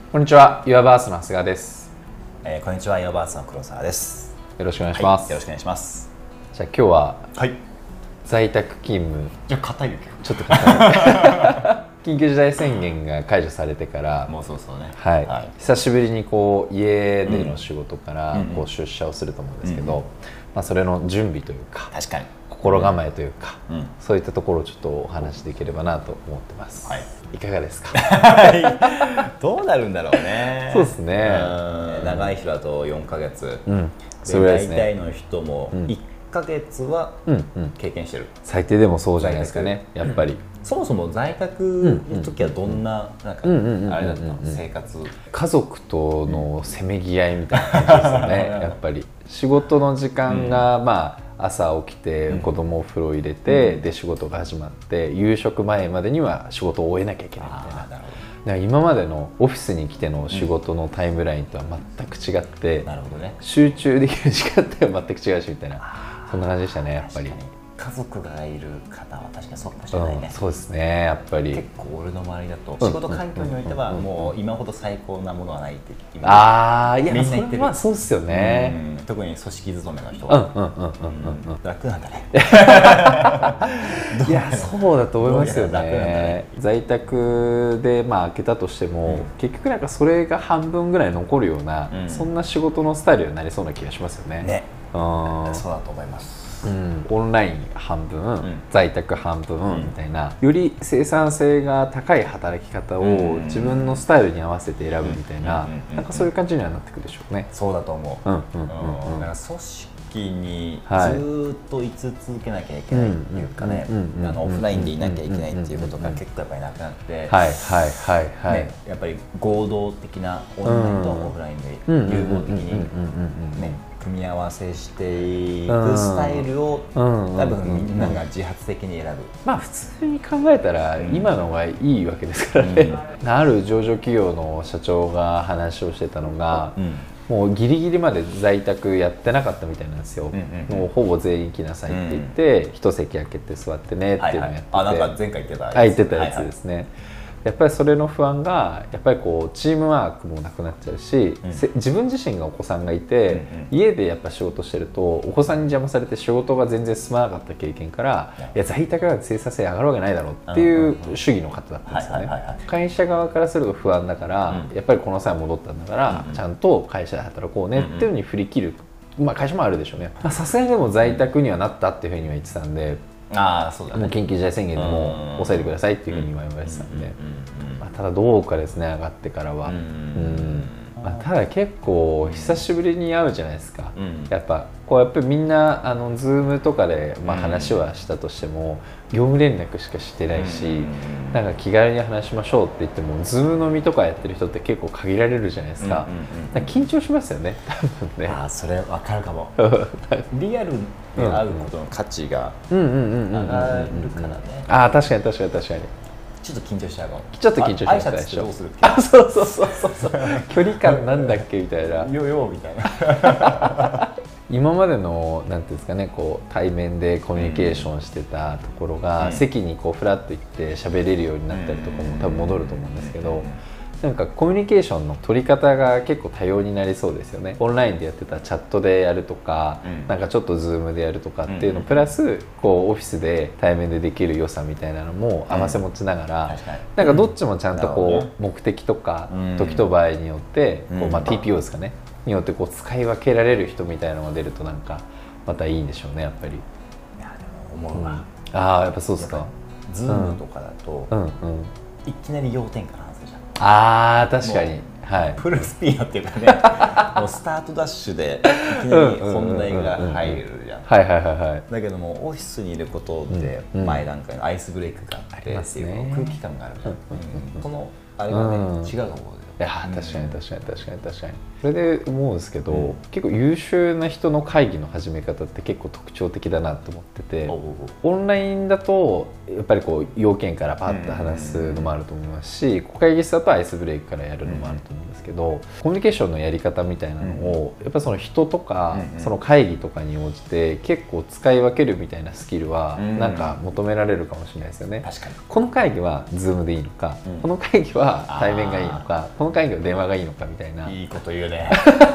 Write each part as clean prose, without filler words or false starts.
こんにちは、ユアバースの長谷川です。 こんにちは、ユアバースの黒沢です。 よろしくお願いします。 はい、よろしくお願いします。 じゃあ今日は、 はい、 在宅勤務。 じゃあ硬いよちょっと硬い。緊急事態宣言が解除されてから、 もうそうね。 はい。久しぶりにこう家での仕事からこう出社をすると思うんですけど、まあそれの準備というか、 確かに心構えというか、そういったところをちょっとお話しできればなと思ってます。はい。いかがですか。 どうなるんだろうね。 そうですね。 長い人だと4ヶ月。 それですね。 大体の人も1ヶ月は経験してる。 最低でもそうじゃないですかね。やっぱり。 そもそも在宅の時はどんななんかあれだったの、生活。 家族とのせめぎ合いみたいな感じですよね。やっぱり仕事の時間がまあ朝起きて子供を風呂入れて、で仕事が始まって夕食前までには仕事を終えなきゃいけないみたいな。だから今までのオフィスに来ての仕事のタイムラインとは全く違って、なるほどね、集中できる時間帯は全く違うしみたいな、そんな感じでしたね。やっぱり家族がいる方は確かにそうかもしれないね。 そうですね。やっぱり結構俺の周りだと仕事環境においてはもう今ほど最高なものはないってイメージ。 ああ、いやみんな言ってる。まあそうですよね。 特に組織勤めの人は楽なんだね。 いやそうだと思いますよね。在宅でまあ開けたとしても結局なんかそれが半分ぐらい残るようなそんな仕事のスタイルになりそうな気がしますよね。 ね、そうだと思います。 オンライン半分、在宅半分みたいな、より生産性が高い働き方を自分のスタイルに合わせて選ぶみたいな、なんかそういう感じにはなってくるでしょうね。 そうだと思う。だから組織にずっと居続けなきゃいけないっていうかね、オフラインでいなきゃいけないっていうことが結構やっぱりなくなって、やっぱり合同的なオンラインとオフラインで融合的にね組み合わせしていくスタイルを多分みんなが自発的に選ぶ。 まあ普通に考えたら今のがいいわけですからね。ある上場企業の社長が話をしてたのが、もうギリギリまで在宅やってなかったみたいなんですよ。もうほぼ全員来なさいって言って一席空けて座ってねっていうのをやってて、 なんか前回言ってたやつですね。やっぱりそれの不安がやっぱりこうチームワークもなくなっちゃうし、自分自身がお子さんがいて、家でやっぱ仕事してるとお子さんに邪魔されて仕事が全然進まなかった経験から、いや在宅が生産性上がるわけないだろうっていう主義の方だったんですよね。会社側からすると不安だから、やっぱりこの際戻ったんだから、ちゃんと会社で働こうねっていうのに振り切る、まあ会社もあるでしょうね。さすがにでも在宅にはなったっていうふうには言ってたんで、 そうだね、 もう緊急事態宣言でも抑えてくださいっていうふうに言われてたんで、ただどうかですね、上がってからは。ただ結構久しぶりに会うじゃないですか。やっぱこうやっぱりみんなZoom とかでまあ話はしたとしても業務連絡しかしてないし、なんか気軽に話しましょうって言っても Zoom 飲みとかやってる人って結構限られるじゃないですか。緊張しますよね、多分ね。 それ分かるかも。リアルで会うことの価値が上がるからね。 確かに確かに確かに。 ちょっと緊張しちゃうかも。 ちょっと緊張しちゃうでしょ。そう距離感なんだっけみたいな。 よみたいな。 今までのなんていうんですかね、こう対面でコミュニケーションしてたところが、席にこうフラッと行って喋れるようになったりとかも多分戻ると思うんですけど、なんかコミュニケーションの取り方が結構多様になりそうですよね。オンラインでやってたチャットでやるとか、なんかちょっとズームでやるとかっていうのプラスこうオフィスで対面でできる良さみたいなのも併せ持ちながら、なんかどっちもちゃんとこう目的とか時と場合によってこうまあ TPO ですかねによってこう使い分けられる人みたいなのが出るとなんかまたいいんでしょうね、やっぱり。いやでも思うわ。 やっぱそうですか。 ズームとかだといきなり要点から確かに、 フルスピードっていうかね、もうスタートダッシュでいきなり本題が入るじゃん。だけどもオフィスにいることで前段階のアイスブレイクがあってっていう空気感があるじゃん。このあれがね違うと思う。 いや確かに確かに確かに確かに。それで思うんですけど、結構優秀な人の会議の始め方って結構特徴的だなと思ってて、オンラインだとやっぱりこう要件からパッと話すのもあると思いますし、会議室だとアイスブレイクからやるのもあると思うんですけど、コミュニケーションのやり方みたいなのをやっぱその人とかその会議とかに応じて結構使い分けるみたいなスキルはなんか求められるかもしれないですよね。 確かに。 この会議は Zoom でいいのか、この会議はは対面がいいのか、この会議は電話がいいのかみたいな。 いいこと言うね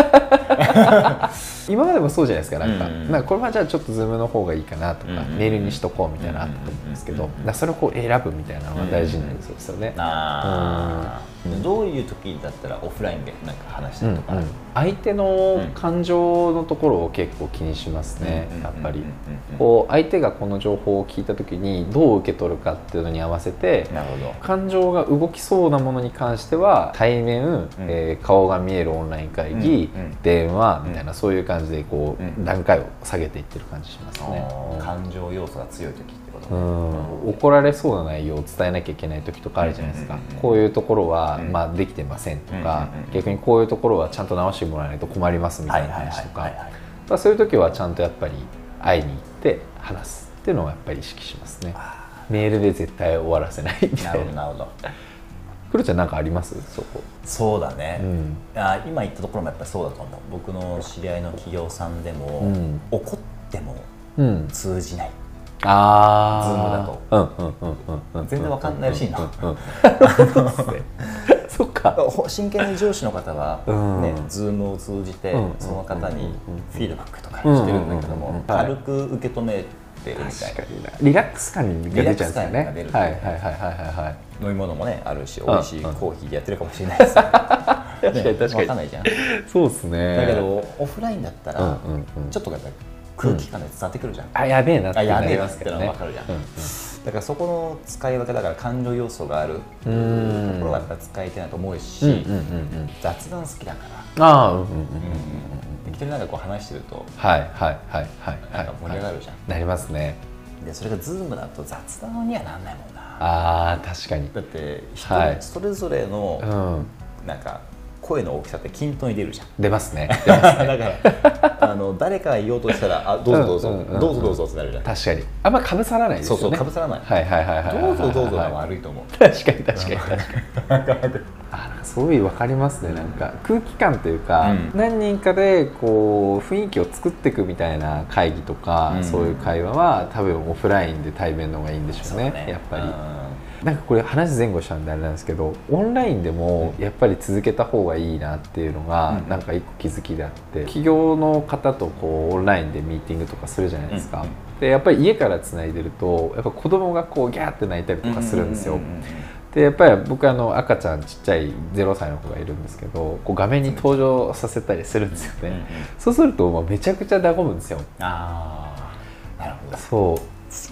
今までもそうじゃないですか。なんかこれはじゃあちょっとズームの方がいいかなとか、メールにしとこうみたいなのあったと思うんですけど、それをこう選ぶみたいなのが大事になりそうですよね。 どういう時だったらオフラインでなんか話したりとか、 相手の感情のところを結構気にしますね。やっぱりこう相手がこの情報を聞いた時にどう受け取るかっていうのに合わせて、感情が動きそうなものに関しては対面、顔が見えるオンライン会議、電話みたいな、そういう感じでこう段階を下げていってる感じしますね。 感情要素が強い時ってこと、 怒られそうな内容を伝えなきゃいけない時とかあるじゃないですか。こういうところはまあできてませんとか、逆にこういうところはちゃんと直してもらわないと困りますみたいな話とか、そういう時はちゃんとやっぱり会いに行って話すっていうのをやっぱり意識しますね。メールで絶対終わらせないみたいな。 なるほど。 クロちゃん何かあります？そこ。 そうだね、今言ったところもやっぱりそうだと思う。僕の知り合いの企業さんでも、怒っても通じない、ズームだと全然わかんないらしいな。 そっか。 真剣に上司の方はね、ズームを通じてその方にフィードバックとかしてるんだけども、軽く受け止めてるみたいな。 リラックス感が出ちゃうんですよね。 飲み物もねあるし、美味しいコーヒーでやってるかもしれないですよ。 確かに分かんないじゃん。 そうですね。 だけどオフラインだったらちょっとやっぱり空気感で伝わってくるじゃん。 あ、やべえなってなりますけどね。分かるじゃん。だからそこの使い分けだから、感情要素があるところはやっぱ使いたいなと思うし、雑談好きだから。適当になんかこう話してるとなんか盛り上がるじゃん。 なりますね。 でそれがズームだと雑談にはなんないもんな。 確かに。 だってそれぞれのなんか声の大きさって均等に出るじゃん。 出ますね。 だから誰かが言おうとしたらどうぞどうぞどうぞどうぞってなるじゃん。 確かに。あんま被さらないですよね。 そうそう、被さらない。どうぞどうぞが悪いと思う。 確かにすごい分かりますね。なんか空気感というか、何人かでこう雰囲気を作っていくみたいな会議とか、そういう会話は多分オフラインで対面の方がいいんでしょうね。やっぱり。なんかこれ話前後したんであれなんですけど、オンラインでもやっぱり続けた方がいいなっていうのがなんか一個気づきであって、企業の方とこうオンラインでミーティングとかするじゃないですか。でやっぱり家からつないでるとやっぱ子供がこうギャーって泣いたりとかするんですよ。でやっぱり僕赤ちゃんちっちゃい0歳の子がいるんですけど、こう画面に登場させたりするんですよね。そうするともうめちゃくちゃ和むんですよ。 なるほど。そう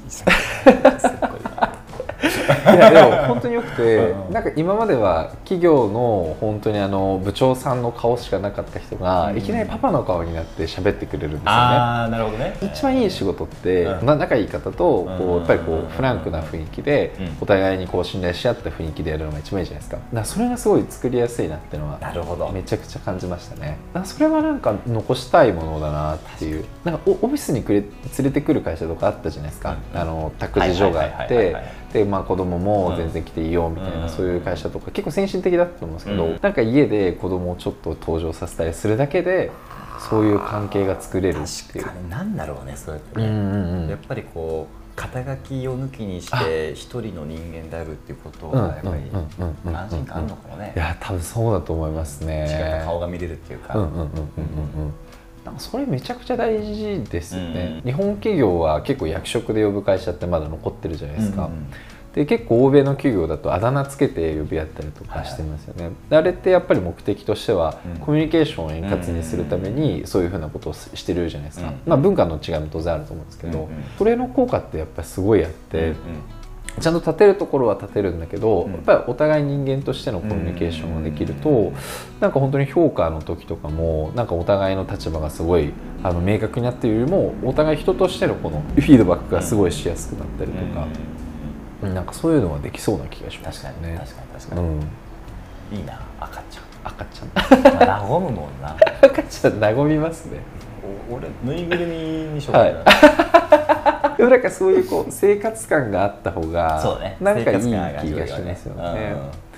いやでも本当によくて、なんか今までは企業の本当に部長さんの顔しかなかった人がいきなりパパの顔になって喋ってくれるんですよね。 なるほどね。 一番いい仕事って仲いい方とこうやっぱりこうフランクな雰囲気でお互いにこう信頼し合った雰囲気でやるのが一番いいじゃないですか。だからそれがすごい作りやすいなっていうのはめちゃくちゃ感じましたね。それはなんか残したいものだなっていう。なんかオフィスに連れてくる会社とかあったじゃないですか。託児所があってで子供も全然来ていいよみたいな、そういう会社とか結構先進的だったと思うんですけど、なんか家で子供をちょっと登場させたりするだけでそういう関係が作れるっていう。 確かになんだろうね、そうやってね。やっぱりこう肩書きを抜きにして一人の人間であるっていうことはやっぱり安心感あるのかもね。 いや多分そうだと思いますね。 違った顔が見れるっていうか。 なんかそれめちゃくちゃ大事ですよね。日本企業は結構役職で呼ぶ会社ってまだ残ってるじゃないですか。で結構欧米の企業だとあだ名つけて呼び合ったりとかしてますよね。あれってやっぱり目的としてはコミュニケーションを円滑にするためにそういうふうなことをしてるじゃないですか。文化の違いも当然あると思うんですけど、それの効果ってやっぱりすごいあって、ちゃんと立てるところは立てるんだけど、やっぱりお互い人間としてのコミュニケーションができると、なんか本当に評価の時とかもなんかお互いの立場がすごい明確になっているよりも、お互い人としてのこのフィードバックがすごいしやすくなったりとか、なんかそういうのはできそうな気がしますね。 確かに、いいな。赤ちゃん和むもんな。 赤ちゃん和みますね。 俺ぬいぐるみにしようかな。 でもなんかそういうこう生活感があった方がなんかいい気がしますよね。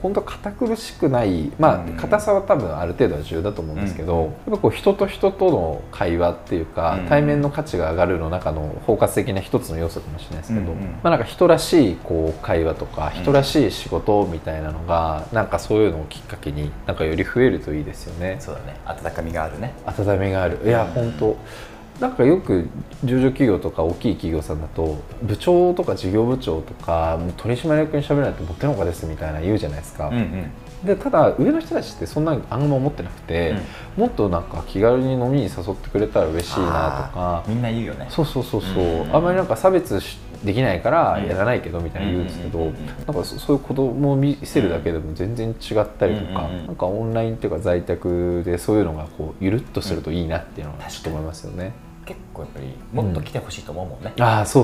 本当堅苦しくない、まあ硬さは多分ある程度は重要だと思うんですけど、やっぱこう人と人との会話っていうか、対面の価値が上がるの中の包括的な一つの要素かもしれないですけど、まあなんか人らしいこう会話とか人らしい仕事みたいなのがなんかそういうのをきっかけになんかより増えるといいですよね。 そうだね、温かみがあるね。 温かみがある。いや本当なんかよく上場企業とか大きい企業さんだと部長とか事業部長とか取締役に喋らないともってのほかですみたいな言うじゃないですか。でただ上の人たちってそんなにあんま思ってなくて、もっとなんか気軽に飲みに誘ってくれたら嬉しいなとか、 みんな言うよね。 そうあんまりなんか差別できないからやらないけどみたいな言うんですけど、なんかそういう子供を見せるだけでも全然違ったりとか、なんかオンラインっていうか在宅でそういうのがこうゆるっとするといいなっていうのはちょっと思いますよね。 結構やっぱりもっと来てほしいと思うもんね。 ああそう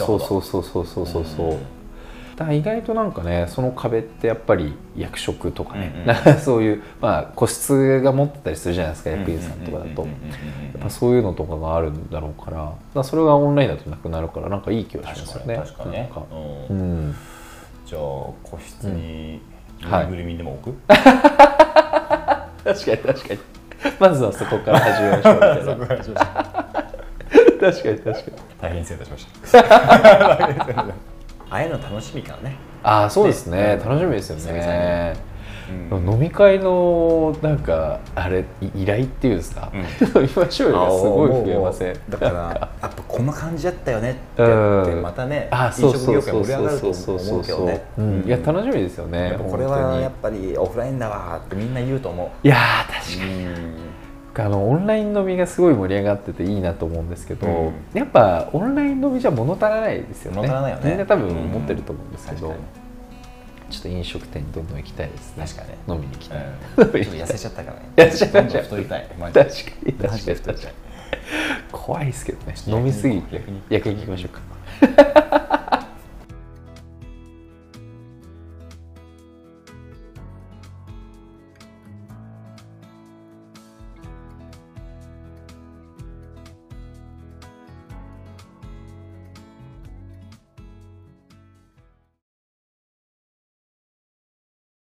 だから意外となんかねその壁ってやっぱり役職とかね、そういうまあ個室が持ってたりするじゃないですか、役員さんとかだとやっぱそういうのとかがあるんだろうから、それがオンラインだとなくなるからなんかいい気がしますよね。 確かにね。じゃあ個室にぬいぐるみでも置く？ 確かにまずはそこから始めましょうみたいな。確かに大変失礼いたしましたああいうの楽しみからね。 ああそうですね、楽しみですよね。飲み会のなんかあれ依頼っていうんですか、飲みましょうよ、すごい増えません？ だからやっぱこんな感じだったよねってまたね、飲食業界盛り上がると思うけどね。 いや楽しみですよね。 これはやっぱりオフラインだわってみんな言うと思う。 いや確かにオンライン飲みがすごい盛り上がってていいなと思うんですけど、やっぱオンライン飲みじゃ物足らないですよね。みんな多分思ってると思うんですけど、ちょっと飲食店にどんどん行きたいですね。確かに飲みに行きたい。 ちょっと痩せちゃったからね。 痩せちゃった。 太りたい。 確かに怖いですけどね。飲みすぎて焼肉行きましょうか。